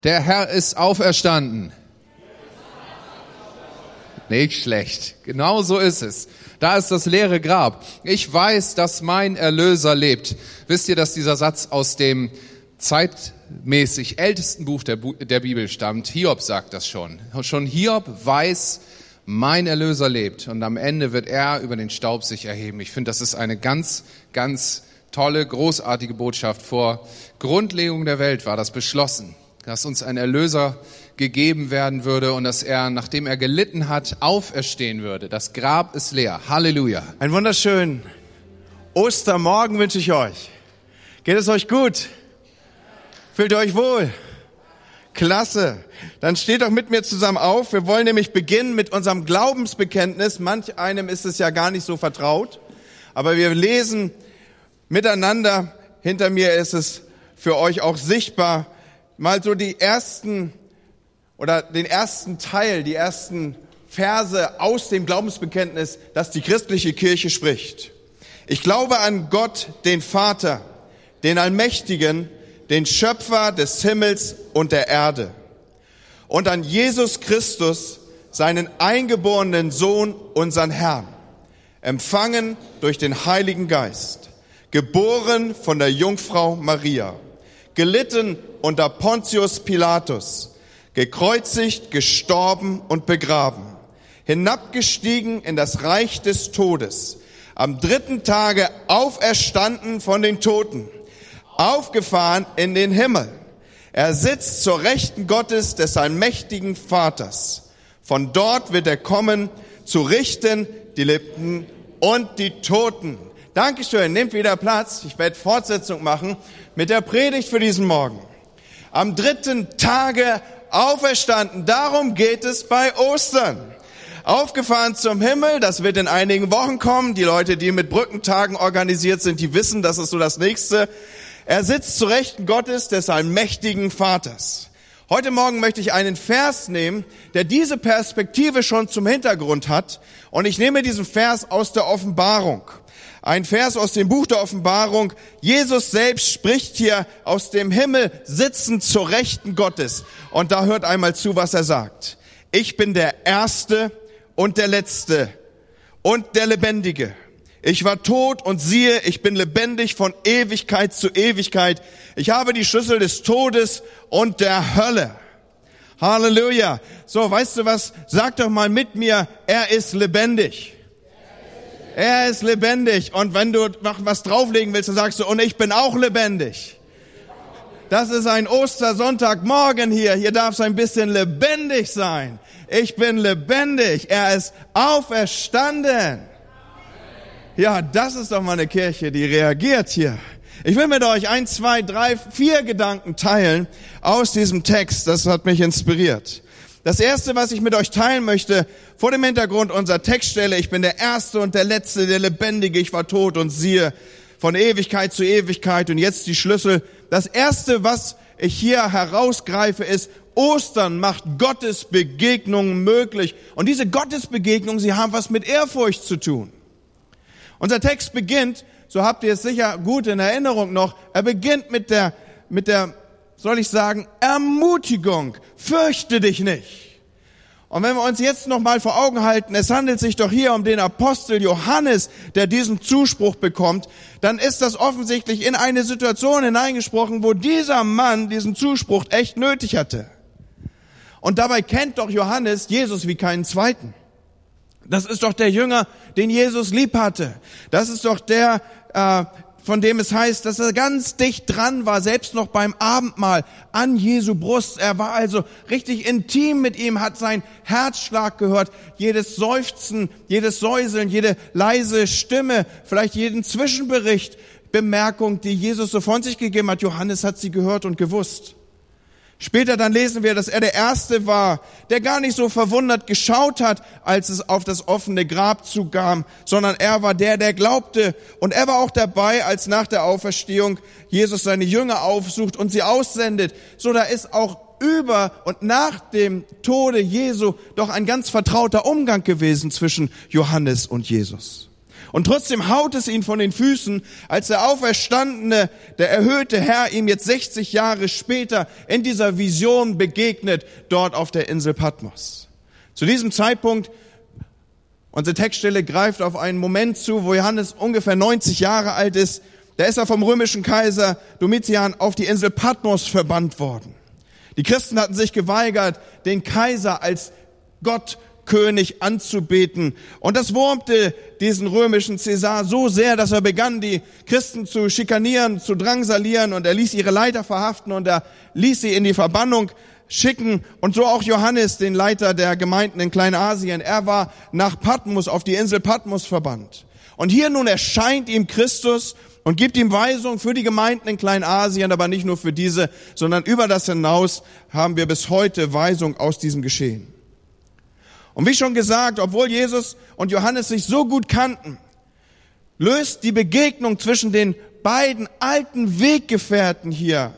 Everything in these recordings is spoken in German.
Der Herr ist auferstanden. Nicht schlecht. Genau so ist es. Da ist das leere Grab. Ich weiß, dass mein Erlöser lebt. Wisst ihr, dass dieser Satz aus dem zeitmäßig ältesten Buch der Bibel stammt? Hiob sagt das schon. Schon Hiob weiß, mein Erlöser lebt. Und am Ende wird er über den Staub sich erheben. Ich finde, das ist eine ganz, ganz tolle, großartige Botschaft. Vor Grundlegung der Welt war das beschlossen, dass uns ein Erlöser gegeben werden würde und dass er, nachdem er gelitten hat, auferstehen würde. Das Grab ist leer. Halleluja. Einen wunderschönen Ostermorgen wünsche ich euch. Geht es euch gut? Fühlt ihr euch wohl? Klasse. Dann steht doch mit mir zusammen auf. Wir wollen nämlich beginnen mit unserem Glaubensbekenntnis. Manch einem ist es ja gar nicht so vertraut. Aber wir lesen miteinander. Hinter mir ist es für euch auch sichtbar. Mal so den ersten Teil, die ersten Verse aus dem Glaubensbekenntnis, das die christliche Kirche spricht. Ich glaube an Gott, den Vater, den Allmächtigen, den Schöpfer des Himmels und der Erde. Und an Jesus Christus, seinen eingeborenen Sohn, unseren Herrn, empfangen durch den Heiligen Geist, geboren von der Jungfrau Maria, gelitten unter Pontius Pilatus, gekreuzigt, gestorben und begraben, hinabgestiegen in das Reich des Todes, am 3. Tage auferstanden von den Toten, aufgefahren in den Himmel. Er sitzt zur Rechten Gottes des allmächtigen Vaters. Von dort wird er kommen, zu richten die Lebenden und die Toten. Dankeschön, nehmt wieder Platz. Ich werde Fortsetzung machen mit der Predigt für diesen Morgen. Am 3. Tage auferstanden, darum geht es bei Ostern. Aufgefahren zum Himmel, das wird in einigen Wochen kommen. Die Leute, die mit Brückentagen organisiert sind, die wissen, das ist so das Nächste. Er sitzt zu Rechten Gottes, des allmächtigen Vaters. Heute Morgen möchte ich einen Vers nehmen, der diese Perspektive schon zum Hintergrund hat. Und ich nehme diesen Vers aus der Offenbarung. Ein Vers aus dem Buch der Offenbarung. Jesus selbst spricht hier aus dem Himmel sitzend zur Rechten Gottes. Und da hört einmal zu, was er sagt. Ich bin der Erste und der Letzte und der Lebendige. Ich war tot und siehe, ich bin lebendig von Ewigkeit zu Ewigkeit. Ich habe die Schlüssel des Todes und der Hölle. Halleluja. So, weißt du was? Sag doch mal mit mir, er ist lebendig. Er ist lebendig. Und wenn du noch was drauflegen willst, dann sagst du, und ich bin auch lebendig. Das ist ein Ostersonntagmorgen hier. Hier darf es ein bisschen lebendig sein. Ich bin lebendig. Er ist auferstanden. Ja, das ist doch mal eine Kirche, die reagiert hier. Ich will mit euch 1, 2, 3, 4 Gedanken teilen aus diesem Text. Das hat mich inspiriert. Das erste, was ich mit euch teilen möchte, vor dem Hintergrund unserer Textstelle, ich bin der Erste und der Letzte, der Lebendige, ich war tot und siehe, von Ewigkeit zu Ewigkeit und jetzt die Schlüssel. Das erste, was ich hier herausgreife, ist, Ostern macht Gottes Begegnungen möglich. Und diese Gottesbegegnungen, sie haben was mit Ehrfurcht zu tun. Unser Text beginnt, so habt ihr es sicher gut in Erinnerung noch, er beginnt mit der, soll ich sagen, Ermutigung. Fürchte dich nicht. Und wenn wir uns jetzt noch mal vor Augen halten, es handelt sich doch hier um den Apostel Johannes, der diesen Zuspruch bekommt, dann ist das offensichtlich in eine Situation hineingesprochen, wo dieser Mann diesen Zuspruch echt nötig hatte. Und dabei kennt doch Johannes Jesus wie keinen zweiten. Das ist doch der Jünger, den Jesus lieb hatte. Das ist doch der, von dem es heißt, dass er ganz dicht dran war, selbst noch beim Abendmahl an Jesu Brust. Er war also richtig intim mit ihm, hat seinen Herzschlag gehört, jedes Seufzen, jedes Säuseln, jede leise Stimme, vielleicht jeden Zwischenbericht, Bemerkung, die Jesus so von sich gegeben hat. Johannes hat sie gehört und gewusst. Später dann lesen wir, dass er der Erste war, der gar nicht so verwundert geschaut hat, als es auf das offene Grab zukam, sondern er war der glaubte. Und er war auch dabei, als nach der Auferstehung Jesus seine Jünger aufsucht und sie aussendet. So, da ist auch über und nach dem Tode Jesu doch ein ganz vertrauter Umgang gewesen zwischen Johannes und Jesus. Und trotzdem haut es ihn von den Füßen, als der auferstandene, der erhöhte Herr ihm jetzt 60 Jahre später in dieser Vision begegnet, dort auf der Insel Patmos. Zu diesem Zeitpunkt, unsere Textstelle greift auf einen Moment zu, wo Johannes ungefähr 90 Jahre alt ist. Da ist er vom römischen Kaiser Domitian auf die Insel Patmos verbannt worden. Die Christen hatten sich geweigert, den Kaiser als Gottkönig anzubeten. Und das wurmte diesen römischen Cäsar so sehr, dass er begann, die Christen zu schikanieren, zu drangsalieren. Und er ließ ihre Leiter verhaften und er ließ sie in die Verbannung schicken. Und so auch Johannes, den Leiter der Gemeinden in Kleinasien. Er war nach Patmos, auf die Insel Patmos verbannt. Und hier nun erscheint ihm Christus und gibt ihm Weisung für die Gemeinden in Kleinasien, aber nicht nur für diese, sondern über das hinaus haben wir bis heute Weisung aus diesem Geschehen. Und wie schon gesagt, obwohl Jesus und Johannes sich so gut kannten, löst die Begegnung zwischen den beiden alten Weggefährten hier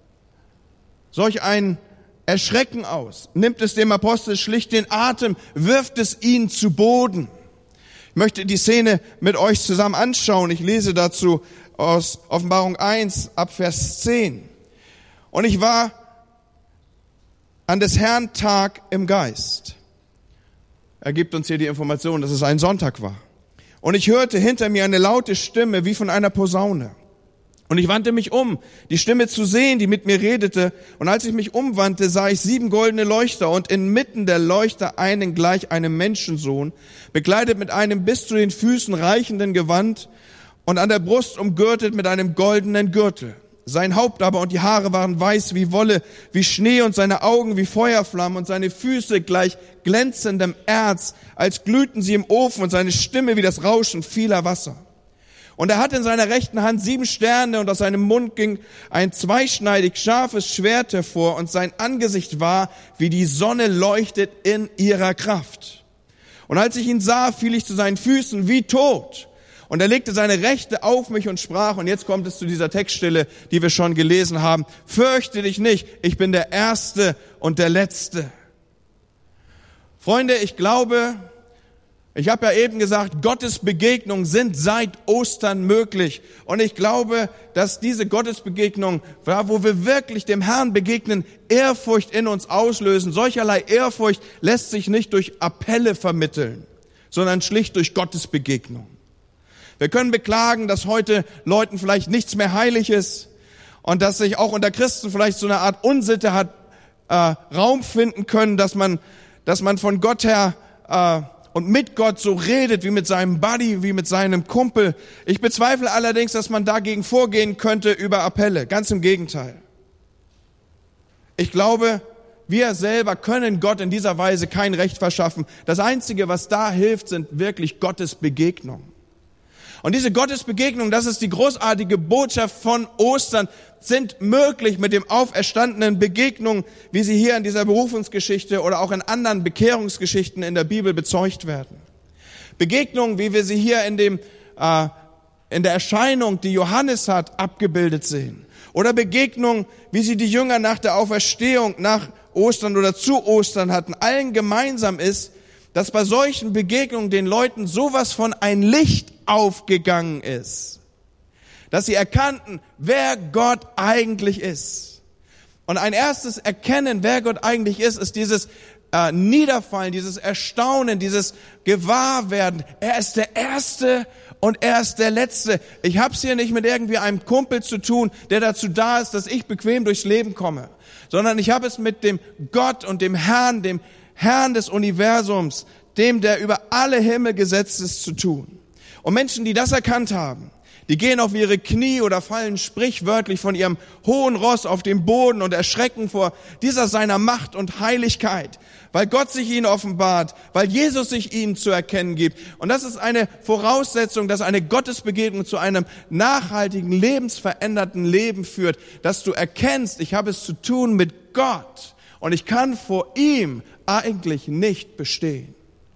solch ein Erschrecken aus, nimmt es dem Apostel schlicht den Atem, wirft es ihn zu Boden. Ich möchte die Szene mit euch zusammen anschauen. Ich lese dazu aus Offenbarung 1 ab Vers 10. Und ich war an des Herrn Tag im Geist. Er gibt uns hier die Information, dass es ein Sonntag war. Und ich hörte hinter mir eine laute Stimme wie von einer Posaune. Und ich wandte mich um, die Stimme zu sehen, die mit mir redete. Und als ich mich umwandte, sah ich 7 goldene Leuchter und inmitten der Leuchter einen gleich einem Menschensohn, bekleidet mit einem bis zu den Füßen reichenden Gewand und an der Brust umgürtet mit einem goldenen Gürtel. Sein Haupt aber und die Haare waren weiß wie Wolle, wie Schnee und seine Augen wie Feuerflammen und seine Füße gleich glänzendem Erz, als glühten sie im Ofen und seine Stimme wie das Rauschen vieler Wasser. Und er hatte in seiner rechten Hand 7 Sterne und aus seinem Mund ging ein zweischneidig scharfes Schwert hervor und sein Angesicht war, wie die Sonne leuchtet in ihrer Kraft. Und als ich ihn sah, fiel ich zu seinen Füßen wie tot. Und er legte seine Rechte auf mich und sprach, und jetzt kommt es zu dieser Textstelle, die wir schon gelesen haben, fürchte dich nicht, ich bin der Erste und der Letzte. Freunde, ich glaube, ich habe ja eben gesagt, Gottes Begegnungen sind seit Ostern möglich. Und ich glaube, dass diese Gottesbegegnung, wo wir wirklich dem Herrn begegnen, Ehrfurcht in uns auslösen. Solcherlei Ehrfurcht lässt sich nicht durch Appelle vermitteln, sondern schlicht durch Gottes Begegnung. Wir können beklagen, dass heute Leuten vielleicht nichts mehr heilig ist und dass sich auch unter Christen vielleicht so eine Art Unsitte hat Raum finden können, dass man von Gott her und mit Gott so redet wie mit seinem Buddy, wie mit seinem Kumpel. Ich bezweifle allerdings, dass man dagegen vorgehen könnte über Appelle. Ganz im Gegenteil. Ich glaube, wir selber können Gott in dieser Weise kein Recht verschaffen. Das Einzige, was da hilft, sind wirklich Gottes Begegnungen. Und diese Gottesbegegnungen, das ist die großartige Botschaft von Ostern, sind möglich mit dem auferstandenen Begegnungen, wie sie hier in dieser Berufungsgeschichte oder auch in anderen Bekehrungsgeschichten in der Bibel bezeugt werden. Begegnungen, wie wir sie hier in der Erscheinung, die Johannes hat, abgebildet sehen. Oder Begegnungen, wie sie die Jünger nach der Auferstehung, nach Ostern oder zu Ostern hatten. Allen gemeinsam ist, dass bei solchen Begegnungen den Leuten sowas von ein Licht aufgegangen ist, dass sie erkannten, wer Gott eigentlich ist. Und ein erstes Erkennen, wer Gott eigentlich ist dieses Niederfallen, dieses Erstaunen, dieses Gewahrwerden. Er ist der Erste und er ist der Letzte. Ich hab's hier nicht mit irgendwie einem Kumpel zu tun, der dazu da ist, dass ich bequem durchs Leben komme, sondern ich habe es mit dem Gott und dem Herrn des Universums, dem, der über alle Himmel gesetzt ist, zu tun. Und Menschen, die das erkannt haben, die gehen auf ihre Knie oder fallen sprichwörtlich von ihrem hohen Ross auf den Boden und erschrecken vor dieser seiner Macht und Heiligkeit, weil Gott sich ihnen offenbart, weil Jesus sich ihnen zu erkennen gibt. Und das ist eine Voraussetzung, dass eine Gottesbegegnung zu einem nachhaltigen, lebensveränderten Leben führt, dass du erkennst, ich habe es zu tun mit Gott und ich kann vor ihm eigentlich nicht bestehen.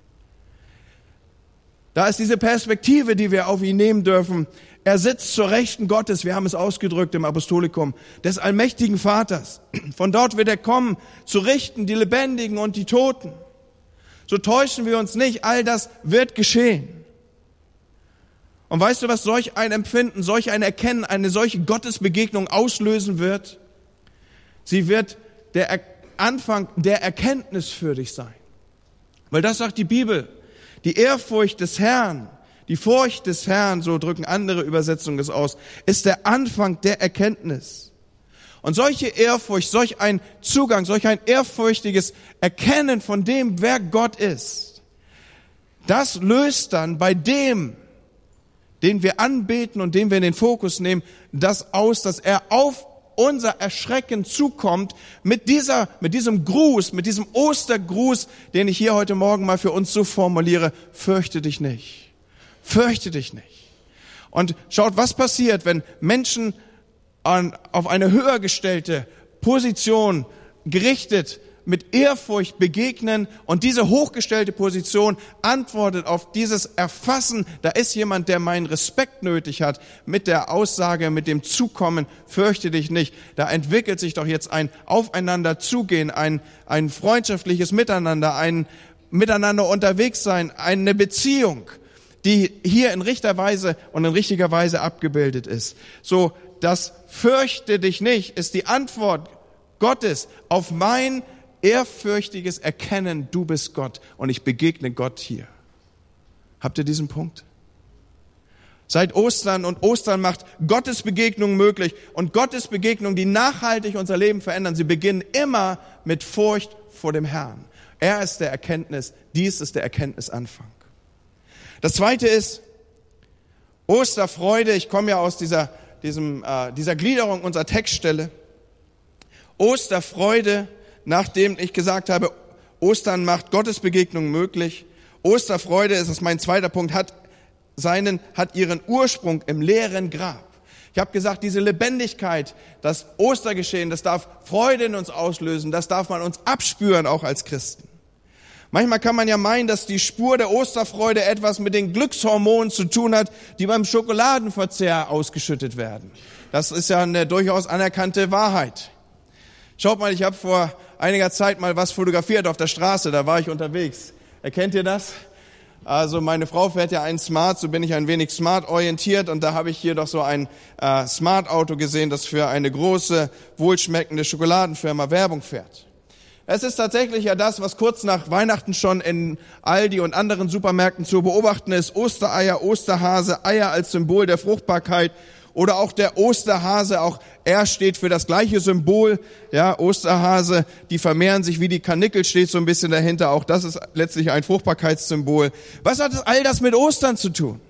Da ist diese Perspektive, die wir auf ihn nehmen dürfen. Er sitzt zur Rechten Gottes, wir haben es ausgedrückt im Apostolikum, des allmächtigen Vaters. Von dort wird er kommen, zu richten die Lebendigen und die Toten. So täuschen wir uns nicht, all das wird geschehen. Und weißt du, was solch ein Empfinden, solch ein Erkennen, eine solche Gottesbegegnung auslösen wird? Sie wird der Anfang der Erkenntnis für dich sein. Weil das sagt die Bibel. Die Ehrfurcht des Herrn, die Furcht des Herrn, so drücken andere Übersetzungen es aus, ist der Anfang der Erkenntnis. Und solche Ehrfurcht, solch ein Zugang, solch ein ehrfurchtiges Erkennen von dem, wer Gott ist, das löst dann bei dem, den wir anbeten und den wir in den Fokus nehmen, das aus, dass er auf unser Erschrecken zukommt mit diesem Gruß, mit diesem Ostergruß, den ich hier heute Morgen mal für uns so formuliere: Fürchte dich nicht. Fürchte dich nicht. Und schaut, was passiert, wenn Menschen auf eine höher gestellte Position gerichtet mit Ehrfurcht begegnen und diese hochgestellte Position antwortet auf dieses Erfassen, da ist jemand, der meinen Respekt nötig hat, mit der Aussage, mit dem Zukommen, fürchte dich nicht. Da entwickelt sich doch jetzt ein Aufeinander zugehen, ein freundschaftliches Miteinander, ein Miteinander unterwegs sein, eine Beziehung, die hier in richtiger Weise und in richtiger Weise abgebildet ist. So, das fürchte dich nicht ist die Antwort Gottes auf mein ehrfürchtiges Erkennen, du bist Gott und ich begegne Gott hier. Habt ihr diesen Punkt? Seit Ostern, und Ostern macht Gottes Begegnung möglich und Gottes Begegnung, die nachhaltig unser Leben verändern, sie beginnen immer mit Furcht vor dem Herrn. Er ist der Erkenntnis, dies ist der Erkenntnisanfang. Das zweite ist Osterfreude. Ich komme ja aus dieser Gliederung unserer Textstelle. Osterfreude, nachdem ich gesagt habe, Ostern macht Gottes Begegnung möglich. Osterfreude, das ist mein zweiter Punkt, hat ihren Ursprung im leeren Grab. Ich habe gesagt, diese Lebendigkeit, das Ostergeschehen, das darf Freude in uns auslösen, das darf man uns abspüren, auch als Christen. Manchmal kann man ja meinen, dass die Spur der Osterfreude etwas mit den Glückshormonen zu tun hat, die beim Schokoladenverzehr ausgeschüttet werden. Das ist ja eine durchaus anerkannte Wahrheit. Schaut mal, ich habe vor einiger Zeit mal was fotografiert auf der Straße, da war ich unterwegs. Erkennt ihr das? Also meine Frau fährt ja einen Smart, so bin ich ein wenig Smart orientiert und da habe ich hier doch so ein Smart-Auto gesehen, das für eine große, wohlschmeckende Schokoladenfirma Werbung fährt. Es ist tatsächlich ja das, was kurz nach Weihnachten schon in Aldi und anderen Supermärkten zu beobachten ist. Ostereier, Osterhase, Eier als Symbol der Fruchtbarkeit. Oder auch der Osterhase, auch er steht für das gleiche Symbol. Ja, Osterhase, die vermehren sich wie die Karnickel, steht so ein bisschen dahinter. Auch das ist letztlich ein Fruchtbarkeitssymbol. Was hat all das mit Ostern zu tun?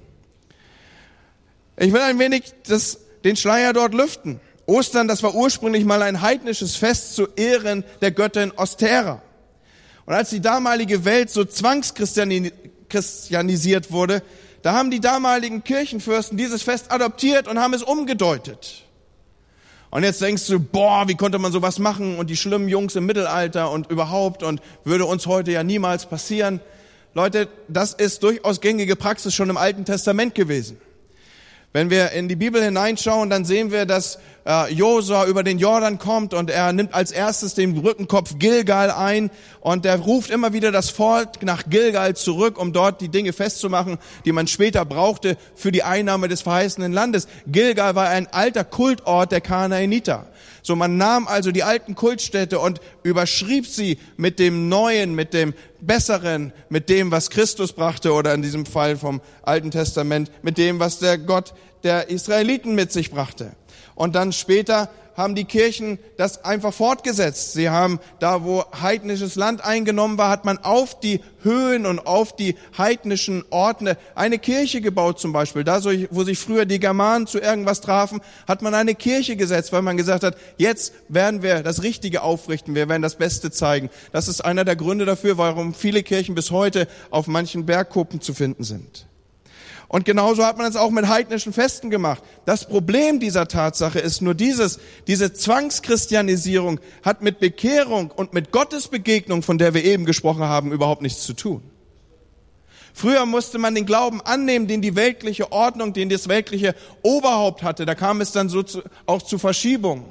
Ich will ein wenig den Schleier dort lüften. Ostern, das war ursprünglich mal ein heidnisches Fest zu Ehren der Göttin Ostera. Und als die damalige Welt so zwangschristianisiert wurde, da haben die damaligen Kirchenfürsten dieses Fest adoptiert und haben es umgedeutet. Und jetzt denkst du, wie konnte man sowas machen und die schlimmen Jungs im Mittelalter und überhaupt und würde uns heute ja niemals passieren. Leute, das ist durchaus gängige Praxis schon im Alten Testament gewesen. Wenn wir in die Bibel hineinschauen, dann sehen wir, dass Josua über den Jordan kommt und er nimmt als erstes den Brückenkopf Gilgal ein und er ruft immer wieder das Volk nach Gilgal zurück, um dort die Dinge festzumachen, die man später brauchte für die Einnahme des verheißenen Landes. Gilgal war ein alter Kultort der Kanaaniter. So, man nahm also die alten Kultstädte und überschrieb sie mit dem Neuen, mit dem Besseren, mit dem, was Christus brachte oder in diesem Fall vom Alten Testament, mit dem, was der Gott der Israeliten mit sich brachte. Und dann später haben die Kirchen das einfach fortgesetzt. Sie haben da, wo heidnisches Land eingenommen war, hat man auf die Höhen und auf die heidnischen Orte eine Kirche gebaut zum Beispiel. Da, wo sich früher die Germanen zu irgendwas trafen, hat man eine Kirche gesetzt, weil man gesagt hat, jetzt werden wir das Richtige aufrichten, wir werden das Beste zeigen. Das ist einer der Gründe dafür, warum viele Kirchen bis heute auf manchen Bergkuppen zu finden sind. Und genauso hat man es auch mit heidnischen Festen gemacht. Das Problem dieser Tatsache ist nur diese Zwangschristianisierung hat mit Bekehrung und mit Gottes Begegnung, von der wir eben gesprochen haben, überhaupt nichts zu tun. Früher musste man den Glauben annehmen, den die weltliche Ordnung, den das weltliche Oberhaupt hatte. Da kam es dann auch zu Verschiebungen.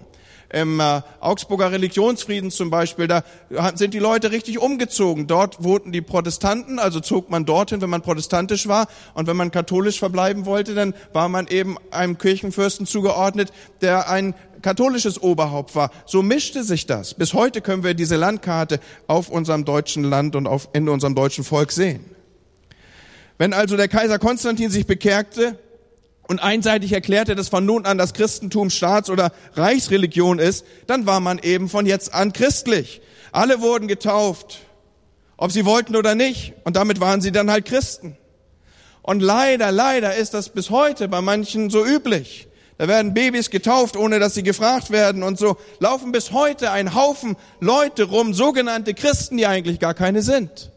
Im Augsburger Religionsfrieden zum Beispiel, da sind die Leute richtig umgezogen. Dort wohnten die Protestanten, also zog man dorthin, wenn man protestantisch war. Und wenn man katholisch verbleiben wollte, dann war man eben einem Kirchenfürsten zugeordnet, der ein katholisches Oberhaupt war. So mischte sich das. Bis heute können wir diese Landkarte auf unserem deutschen Land und in unserem deutschen Volk sehen. Wenn also der Kaiser Konstantin sich bekehrte und einseitig erklärte, dass von nun an das Christentum Staats- oder Reichsreligion ist, dann war man eben von jetzt an christlich. Alle wurden getauft, ob sie wollten oder nicht, und damit waren sie dann halt Christen. Und leider ist das bis heute bei manchen so üblich. Da werden Babys getauft, ohne dass sie gefragt werden, und so laufen bis heute ein Haufen Leute rum, sogenannte Christen, die eigentlich gar keine sind.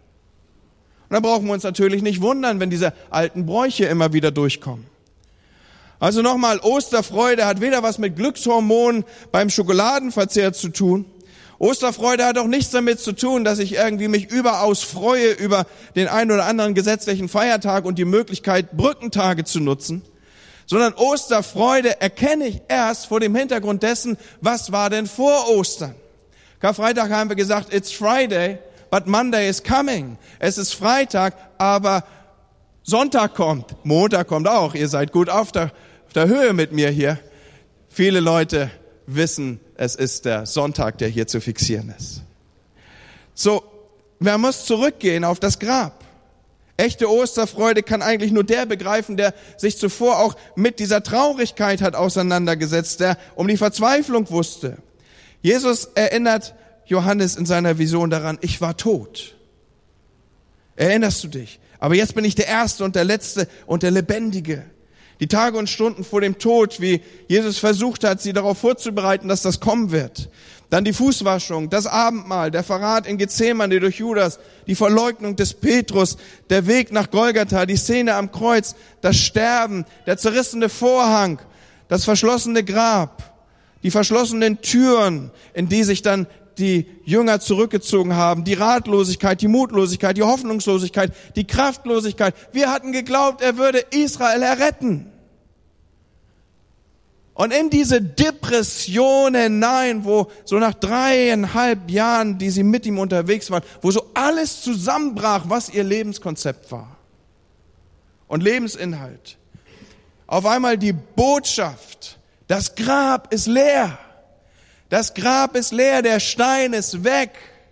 Und da brauchen wir uns natürlich nicht wundern, wenn diese alten Bräuche immer wieder durchkommen. Also nochmal, Osterfreude hat weder was mit Glückshormonen beim Schokoladenverzehr zu tun. Osterfreude hat auch nichts damit zu tun, dass ich irgendwie mich überaus freue über den einen oder anderen gesetzlichen Feiertag und die Möglichkeit, Brückentage zu nutzen. Sondern Osterfreude erkenne ich erst vor dem Hintergrund dessen, was war denn vor Ostern? Karfreitag haben wir gesagt, it's Friday, but Monday is coming. Es ist Freitag, aber Sonntag kommt, Montag kommt auch. Ihr seid gut auf der Höhe mit mir hier. Viele Leute wissen, es ist der Sonntag, der hier zu fixieren ist. So, man muss zurückgehen auf das Grab. Echte Osterfreude kann eigentlich nur der begreifen, der sich zuvor auch mit dieser Traurigkeit hat auseinandergesetzt, der um die Verzweiflung wusste. Jesus erinnert Johannes in seiner Vision daran, ich war tot. Erinnerst du dich? Aber jetzt bin ich der Erste und der Letzte und der Lebendige. Die Tage und Stunden vor dem Tod, wie Jesus versucht hat, sie darauf vorzubereiten, dass das kommen wird. Dann die Fußwaschung, das Abendmahl, der Verrat in Gethsemane durch Judas, die Verleugnung des Petrus, der Weg nach Golgatha, die Szene am Kreuz, das Sterben, der zerrissene Vorhang, das verschlossene Grab, die verschlossenen Türen, in die sich dann die Jünger zurückgezogen haben, die Ratlosigkeit, die Mutlosigkeit, die Hoffnungslosigkeit, die Kraftlosigkeit. Wir hatten geglaubt, er würde Israel erretten. Und in diese Depression hinein, wo so nach 3,5 Jahren, die sie mit ihm unterwegs waren, wo so alles zusammenbrach, was ihr Lebenskonzept war und Lebensinhalt. Auf einmal die Botschaft, das Grab ist leer. Das Grab ist leer, der Stein ist weg.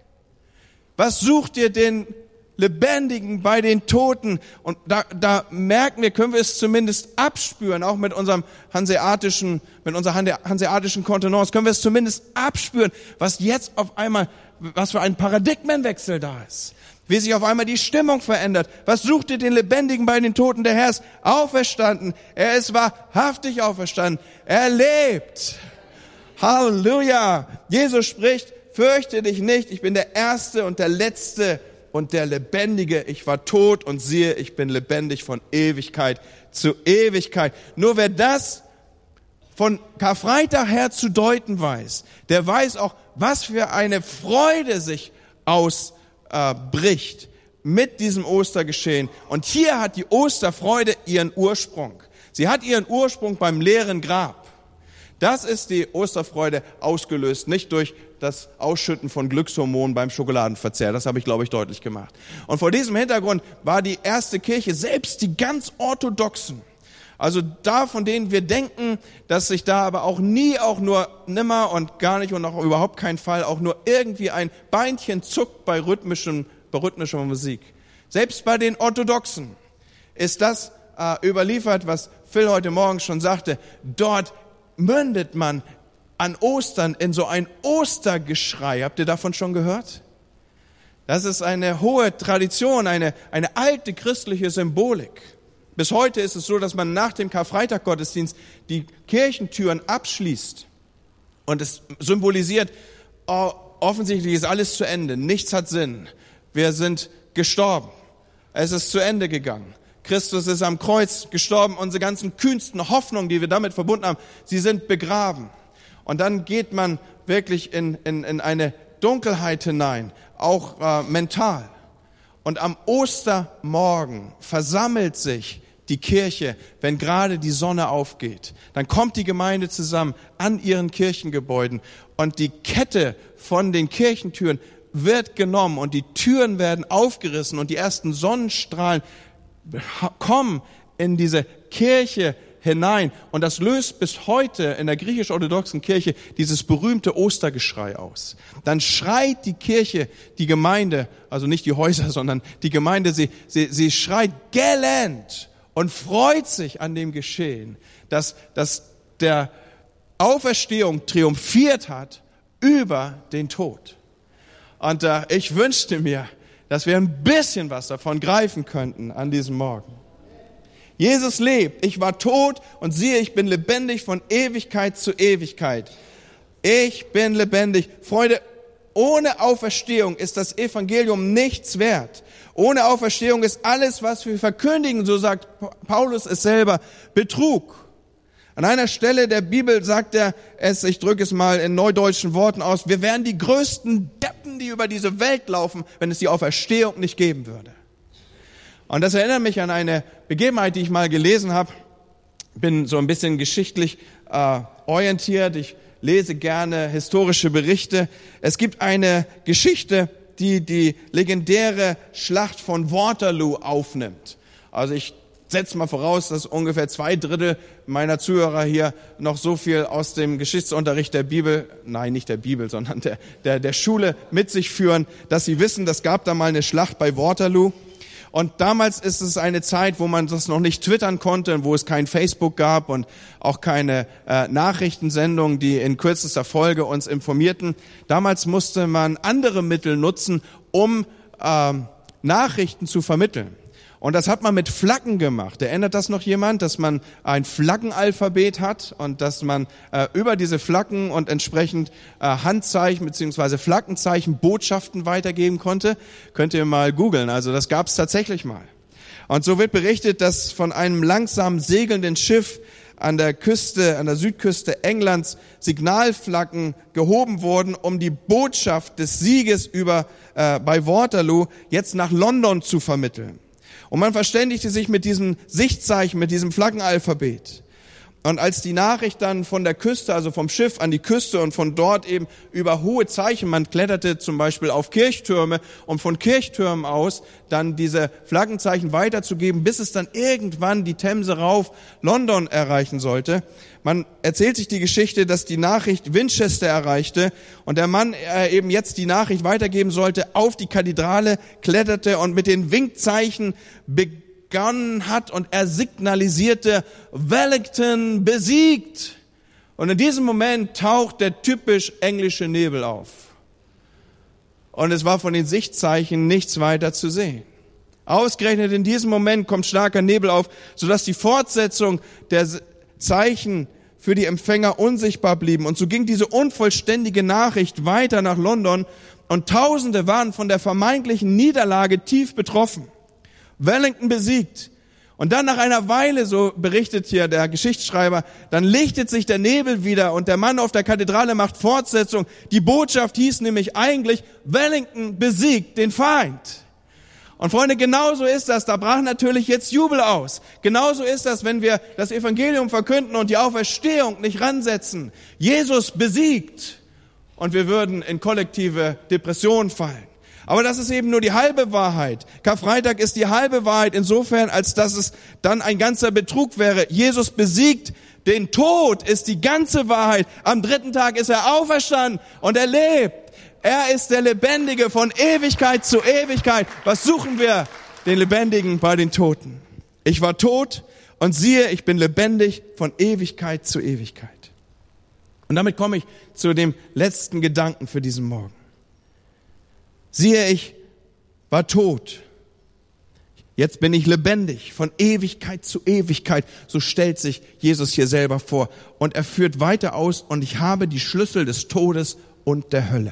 Was sucht ihr den Lebendigen bei den Toten? Und da merken wir, können wir es zumindest abspüren, auch mit unserer hanseatischen Kontenance, können wir es zumindest abspüren, was jetzt auf einmal, was für ein Paradigmenwechsel da ist. Wie sich auf einmal die Stimmung verändert. Was sucht ihr den Lebendigen bei den Toten? Der Herr ist auferstanden. Er ist wahrhaftig auferstanden. Er lebt. Halleluja! Jesus spricht, fürchte dich nicht, ich bin der Erste und der Letzte und der Lebendige. Ich war tot und siehe, ich bin lebendig von Ewigkeit zu Ewigkeit. Nur wer das von Karfreitag her zu deuten weiß, der weiß auch, was für eine Freude sich ausbricht mit diesem Ostergeschehen. Und hier hat die Osterfreude ihren Ursprung. Sie hat ihren Ursprung beim leeren Grab. Das ist die Osterfreude ausgelöst, nicht durch das Ausschütten von Glückshormonen beim Schokoladenverzehr. Das habe ich, glaube ich, deutlich gemacht. Und vor diesem Hintergrund war die erste Kirche, selbst die ganz Orthodoxen, also da, von denen wir denken, dass sich da aber auch nie, auch nur nimmer und gar nicht und auch überhaupt keinen Fall auch nur irgendwie ein Beinchen zuckt bei rhythmischer Musik. Selbst bei den Orthodoxen ist das überliefert, was Phil heute Morgen schon sagte. Dort mündet man an Ostern in so ein Ostergeschrei. Habt ihr davon schon gehört? Das ist eine hohe Tradition, eine alte christliche Symbolik. Bis heute ist es so, dass man nach dem Karfreitag-Gottesdienst die Kirchentüren abschließt. Und es symbolisiert, offensichtlich ist alles zu Ende, nichts hat Sinn. Wir sind gestorben. Es ist zu Ende gegangen. Christus ist am Kreuz gestorben, unsere ganzen kühnsten Hoffnungen, die wir damit verbunden haben, sie sind begraben. Und dann geht man wirklich in eine Dunkelheit hinein, auch mental. Und am Ostermorgen versammelt sich die Kirche, wenn gerade die Sonne aufgeht. Dann kommt die Gemeinde zusammen an ihren Kirchengebäuden und die Kette von den Kirchentüren wird genommen und die Türen werden aufgerissen und die ersten Sonnenstrahlen kommen in diese Kirche hinein. Und das löst bis heute in der griechisch-orthodoxen Kirche dieses berühmte Ostergeschrei aus. Dann schreit die Kirche, die Gemeinde, also nicht die Häuser, sondern die Gemeinde, sie schreit gellend und freut sich an dem Geschehen, dass der Auferstehung triumphiert hat über den Tod. Und ich wünschte mir, dass wir ein bisschen was davon greifen könnten an diesem Morgen. Jesus lebt. Ich war tot und siehe, ich bin lebendig von Ewigkeit zu Ewigkeit. Ich bin lebendig. Freunde, ohne Auferstehung ist das Evangelium nichts wert. Ohne Auferstehung ist alles, was wir verkündigen, so sagt Paulus es selber, Betrug. An einer Stelle der Bibel sagt er es, ich drücke es mal in neudeutschen Worten aus, wir wären die größten Deppen, die über diese Welt laufen, wenn es die Auferstehung nicht geben würde. Und das erinnert mich an eine Begebenheit, die ich mal gelesen habe. Ich bin so ein bisschen geschichtlich orientiert, ich lese gerne historische Berichte. Es gibt eine Geschichte, die legendäre Schlacht von Waterloo aufnimmt. Also ich setze mal voraus, dass ungefähr 2/3 meiner Zuhörer hier noch so viel aus dem Geschichtsunterricht der Bibel, nein, nicht der Bibel, sondern der Schule mit sich führen, dass sie wissen, das gab da mal eine Schlacht bei Waterloo. Und damals ist es eine Zeit, wo man das noch nicht twittern konnte, wo es kein Facebook gab und auch keine Nachrichtensendungen, die in kürzester Folge uns informierten. Damals musste man andere Mittel nutzen, um Nachrichten zu vermitteln. Und das hat man mit Flaggen gemacht. Erinnert das noch jemand, dass man ein Flaggenalphabet hat und dass man über diese Flaggen und entsprechend Handzeichen bzw. Flaggenzeichen Botschaften weitergeben konnte? Könnt ihr mal googeln. Also das gab es tatsächlich mal. Und so wird berichtet, dass von einem langsam segelnden Schiff an der Südküste Englands Signalflaggen gehoben wurden, um die Botschaft des Sieges bei Waterloo jetzt nach London zu vermitteln. Und man verständigte sich mit diesem Sichtzeichen, mit diesem Flaggenalphabet. Und als die Nachricht dann von der Küste, also vom Schiff an die Küste und von dort eben über hohe Zeichen, man kletterte zum Beispiel auf Kirchtürme, um von Kirchtürmen aus dann diese Flaggenzeichen weiterzugeben, bis es dann irgendwann die Themse rauf London erreichen sollte. Man erzählt sich die Geschichte, dass die Nachricht Winchester erreichte und der Mann eben jetzt die Nachricht weitergeben sollte, auf die Kathedrale kletterte und mit den Winkzeichen begonnen hat und er signalisierte, Wellington besiegt. Und in diesem Moment taucht der typisch englische Nebel auf. Und es war von den Sichtzeichen nichts weiter zu sehen. Ausgerechnet in diesem Moment kommt starker Nebel auf, sodass die Fortsetzung der Zeichen für die Empfänger unsichtbar blieben. Und so ging diese unvollständige Nachricht weiter nach London und Tausende waren von der vermeintlichen Niederlage tief betroffen. Wellington besiegt. Und dann nach einer Weile, so berichtet hier der Geschichtsschreiber, dann lichtet sich der Nebel wieder und der Mann auf der Kathedrale macht Fortsetzung. Die Botschaft hieß nämlich eigentlich, Wellington besiegt den Feind. Und Freunde, genauso ist das. Da brach natürlich jetzt Jubel aus. Genauso ist das, wenn wir das Evangelium verkünden und die Auferstehung nicht ransetzen. Jesus besiegt. Und wir würden in kollektive Depression fallen. Aber das ist eben nur die halbe Wahrheit. Karfreitag ist die halbe Wahrheit insofern, als dass es dann ein ganzer Betrug wäre. Jesus besiegt den Tod, ist die ganze Wahrheit. Am 3. Tag ist er auferstanden und er lebt. Er ist der Lebendige von Ewigkeit zu Ewigkeit. Was suchen wir? Den Lebendigen bei den Toten. Ich war tot und siehe, ich bin lebendig von Ewigkeit zu Ewigkeit. Und damit komme ich zu dem letzten Gedanken für diesen Morgen. Siehe, ich war tot. Jetzt bin ich lebendig von Ewigkeit zu Ewigkeit. So stellt sich Jesus hier selber vor. Und er führt weiter aus und ich habe die Schlüssel des Todes und der Hölle.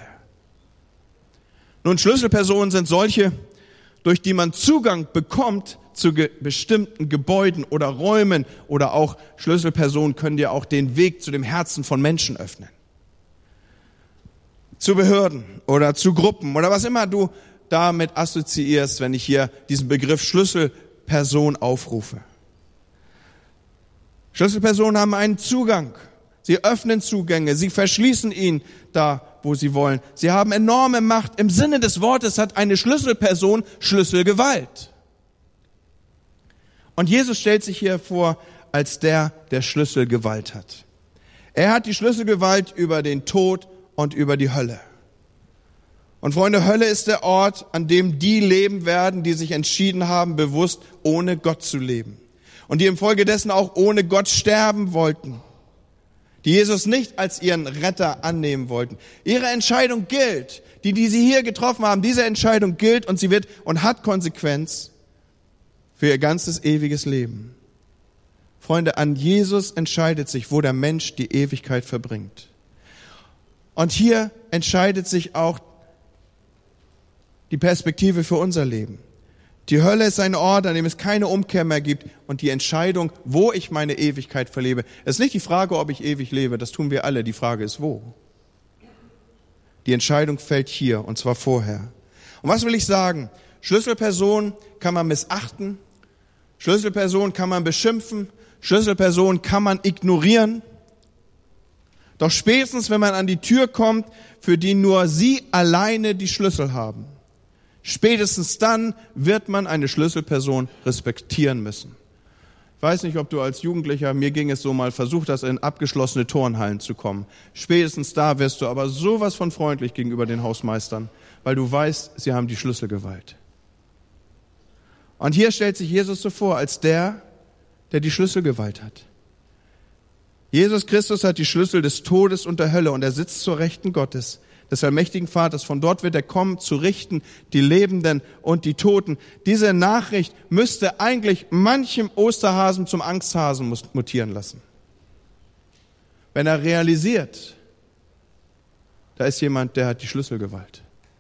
Nun, Schlüsselpersonen sind solche, durch die man Zugang bekommt zu bestimmten Gebäuden oder Räumen oder auch Schlüsselpersonen können dir auch den Weg zu dem Herzen von Menschen öffnen. Zu Behörden oder zu Gruppen oder was immer du damit assoziierst, wenn ich hier diesen Begriff Schlüsselperson aufrufe. Schlüsselpersonen haben einen Zugang. Sie öffnen Zugänge, sie verschließen ihn da, wo sie wollen. Sie haben enorme Macht. Im Sinne des Wortes hat eine Schlüsselperson Schlüsselgewalt. Und Jesus stellt sich hier vor als der Schlüsselgewalt hat. Er hat die Schlüsselgewalt über den Tod und über die Hölle. Und Freunde, Hölle ist der Ort, an dem die leben werden, die sich entschieden haben, bewusst ohne Gott zu leben. Und die infolgedessen auch ohne Gott sterben wollten. Die Jesus nicht als ihren Retter annehmen wollten. Ihre Entscheidung gilt. Die sie hier getroffen haben, diese Entscheidung gilt und sie wird und hat Konsequenz für ihr ganzes ewiges Leben. Freunde, an Jesus entscheidet sich, wo der Mensch die Ewigkeit verbringt. Und hier entscheidet sich auch die Perspektive für unser Leben. Die Hölle ist ein Ort, an dem es keine Umkehr mehr gibt. Und die Entscheidung, wo ich meine Ewigkeit verlebe, ist nicht die Frage, ob ich ewig lebe. Das tun wir alle. Die Frage ist, wo. Die Entscheidung fällt hier, und zwar vorher. Und was will ich sagen? Schlüsselperson kann man missachten. Schlüsselperson kann man beschimpfen. Schlüsselperson kann man ignorieren. Doch spätestens, wenn man an die Tür kommt, für die nur sie alleine die Schlüssel haben, spätestens dann wird man eine Schlüsselperson respektieren müssen. Ich weiß nicht, ob du als Jugendlicher, mir ging es so mal, versucht hast, in abgeschlossene Turnhallen zu kommen. Spätestens da wirst du aber sowas von freundlich gegenüber den Hausmeistern, weil du weißt, sie haben die Schlüsselgewalt. Und hier stellt sich Jesus so vor, als der die Schlüsselgewalt hat. Jesus Christus hat die Schlüssel des Todes und der Hölle und er sitzt zur Rechten Gottes, des allmächtigen Vaters. Von dort wird er kommen, zu richten die Lebenden und die Toten. Diese Nachricht müsste eigentlich manchem Osterhasen zum Angsthasen mutieren lassen. Wenn er realisiert, da ist jemand, der hat die Schlüsselgewalt.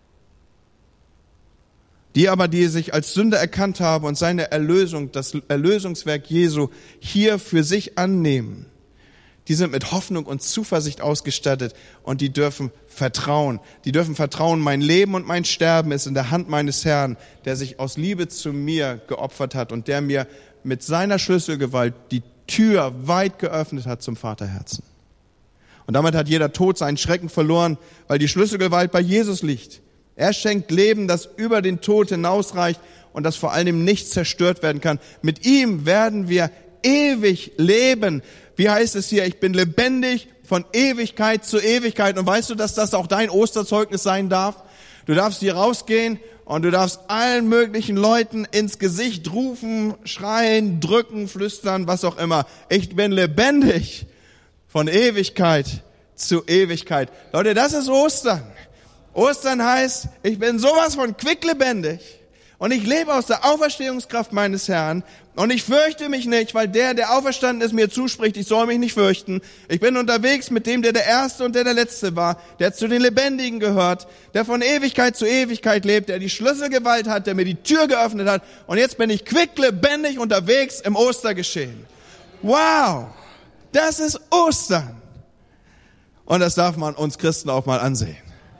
Die aber, die sich als Sünder erkannt haben und seine Erlösung, das Erlösungswerk Jesu hier für sich annehmen, die sind mit Hoffnung und Zuversicht ausgestattet und die dürfen vertrauen. Die dürfen vertrauen, mein Leben und mein Sterben ist in der Hand meines Herrn, der sich aus Liebe zu mir geopfert hat und der mir mit seiner Schlüsselgewalt die Tür weit geöffnet hat zum Vaterherzen. Und damit hat jeder Tod seinen Schrecken verloren, weil die Schlüsselgewalt bei Jesus liegt. Er schenkt Leben, das über den Tod hinausreicht und das vor allem nicht zerstört werden kann. Mit ihm werden wir ewig leben. Wie heißt es hier? Ich bin lebendig von Ewigkeit zu Ewigkeit. Und weißt du, dass das auch dein Osterzeugnis sein darf? Du darfst hier rausgehen und du darfst allen möglichen Leuten ins Gesicht rufen, schreien, drücken, flüstern, was auch immer. Ich bin lebendig von Ewigkeit zu Ewigkeit. Leute, das ist Ostern. Ostern heißt, ich bin sowas von quicklebendig und ich lebe aus der Auferstehungskraft meines Herrn und ich fürchte mich nicht, weil der auferstanden ist, mir zuspricht, ich soll mich nicht fürchten. Ich bin unterwegs mit dem, der Erste und der Letzte war, der zu den Lebendigen gehört, der von Ewigkeit zu Ewigkeit lebt, der die Schlüsselgewalt hat, der mir die Tür geöffnet hat und jetzt bin ich quicklebendig unterwegs im Ostergeschehen. Wow, das ist Ostern. Und das darf man uns Christen auch mal ansehen.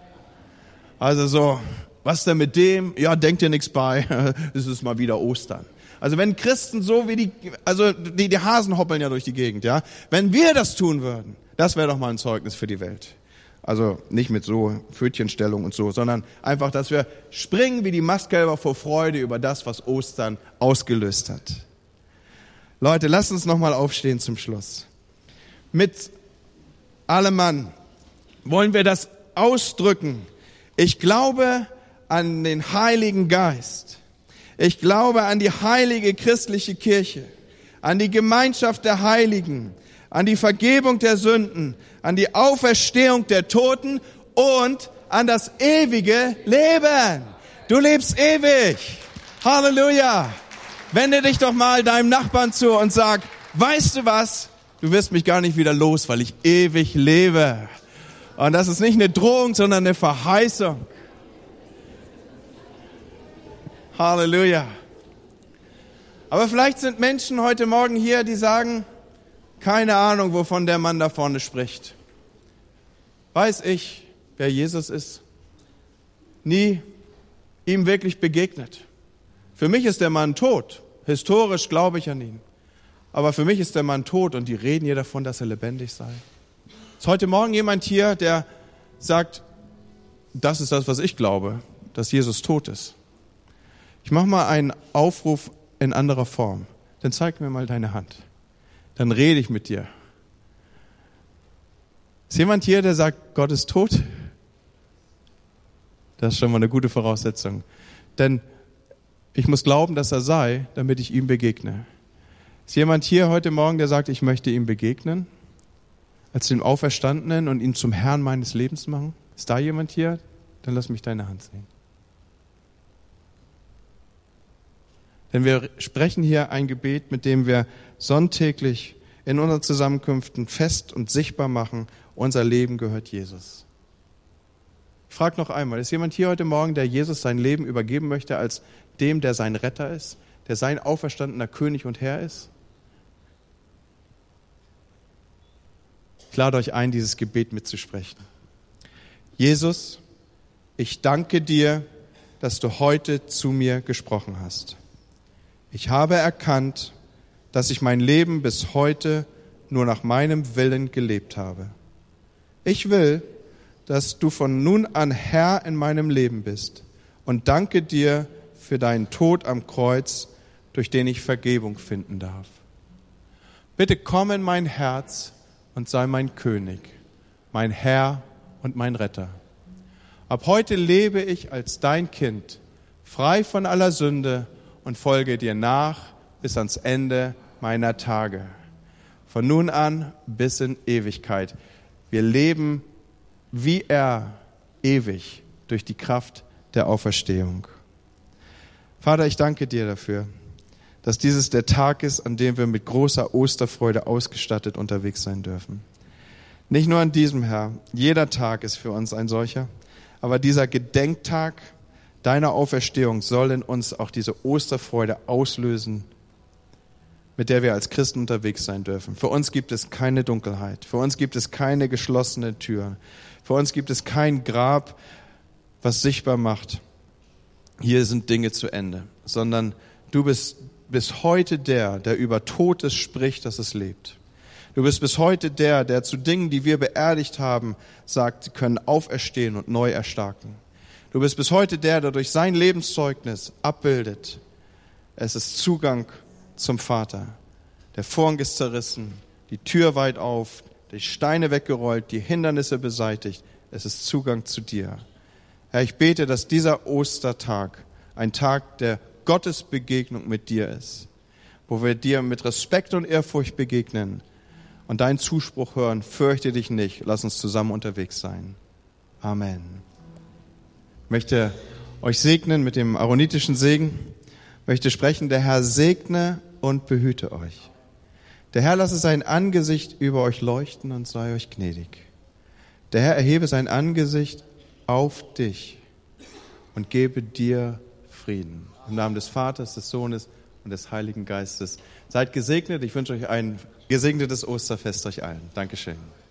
Also so, was denn mit dem? Ja, denkt dir nichts bei, es ist mal wieder Ostern. Also wenn Christen so wie die Hasen hoppeln ja durch die Gegend, ja. Wenn wir das tun würden, das wäre doch mal ein Zeugnis für die Welt. Also nicht mit so Pfötchenstellung und so, sondern einfach, dass wir springen wie die Mastkalber vor Freude über das, was Ostern ausgelöst hat. Leute, lasst uns nochmal aufstehen zum Schluss. Mit allem Mann wollen wir das ausdrücken. Ich glaube an den Heiligen Geist. Ich glaube an die heilige christliche Kirche, an die Gemeinschaft der Heiligen, an die Vergebung der Sünden, an die Auferstehung der Toten und an das ewige Leben. Du lebst ewig. Halleluja. Wende dich doch mal deinem Nachbarn zu und sag, weißt du was? Du wirst mich gar nicht wieder los, weil ich ewig lebe. Und das ist nicht eine Drohung, sondern eine Verheißung. Halleluja. Aber vielleicht sind Menschen heute Morgen hier, die sagen, keine Ahnung, wovon der Mann da vorne spricht. Weiß ich, wer Jesus ist? Nie ihm wirklich begegnet. Für mich ist der Mann tot. Historisch glaube ich an ihn. aber für mich ist der Mann tot und die reden hier davon, dass er lebendig sei. Ist heute Morgen jemand hier, der sagt, das ist das, was ich glaube, dass Jesus tot ist? Ich mache mal einen Aufruf in anderer Form. Dann zeig mir mal deine Hand. Dann rede ich mit dir. Ist jemand hier, der sagt, Gott ist tot? Das ist schon mal eine gute Voraussetzung. Denn ich muss glauben, dass er sei, damit ich ihm begegne. Ist jemand hier heute Morgen, der sagt, ich möchte ihm begegnen, als dem Auferstandenen und ihn zum Herrn meines Lebens machen? Ist da jemand hier? Dann lass mich deine Hand sehen. Denn wir sprechen hier ein Gebet, mit dem wir sonntäglich in unseren Zusammenkünften fest und sichtbar machen, unser Leben gehört Jesus. Ich frage noch einmal, ist jemand hier heute Morgen, der Jesus sein Leben übergeben möchte als dem, der sein Retter ist, der sein auferstandener König und Herr ist? Ich lade euch ein, dieses Gebet mitzusprechen. Jesus, ich danke dir, dass du heute zu mir gesprochen hast. Ich habe erkannt, dass ich mein Leben bis heute nur nach meinem Willen gelebt habe. Ich will, dass du von nun an Herr in meinem Leben bist und danke dir für deinen Tod am Kreuz, durch den ich Vergebung finden darf. Bitte komm in mein Herz und sei mein König, mein Herr und mein Retter. Ab heute lebe ich als dein Kind, frei von aller Sünde und folge dir nach bis ans Ende meiner Tage. Von nun an bis in Ewigkeit. Wir leben wie er ewig durch die Kraft der Auferstehung. Vater, ich danke dir dafür, dass dieses der Tag ist, an dem wir mit großer Osterfreude ausgestattet unterwegs sein dürfen. Nicht nur an diesem, Herr, jeder Tag ist für uns ein solcher, aber dieser Gedenktag deiner Auferstehung soll in uns auch diese Osterfreude auslösen, mit der wir als Christen unterwegs sein dürfen. Für uns gibt es keine Dunkelheit, für uns gibt es keine geschlossene Tür, für uns gibt es kein Grab, was sichtbar macht, hier sind Dinge zu Ende, sondern du bist bis heute der über Totes spricht, dass es lebt. Du bist bis heute der zu Dingen, die wir beerdigt haben, sagt, sie können auferstehen und neu erstarken. Du bist bis heute der durch sein Lebenszeugnis abbildet. Es ist Zugang zum Vater. Der Vorhang ist zerrissen, die Tür weit auf, die Steine weggerollt, die Hindernisse beseitigt. Es ist Zugang zu dir. Herr, ich bete, dass dieser Ostertag ein Tag der Gottesbegegnung mit dir ist, wo wir dir mit Respekt und Ehrfurcht begegnen und deinen Zuspruch hören, fürchte dich nicht, lass uns zusammen unterwegs sein. Amen. Ich möchte euch segnen mit dem aaronitischen Segen, ich möchte sprechen, der Herr segne und behüte euch. Der Herr lasse sein Angesicht über euch leuchten und sei euch gnädig. Der Herr erhebe sein Angesicht auf dich und gebe dir Frieden. Im Namen des Vaters, des Sohnes und des Heiligen Geistes. Seid gesegnet. Ich wünsche euch ein gesegnetes Osterfest euch allen. Dankeschön.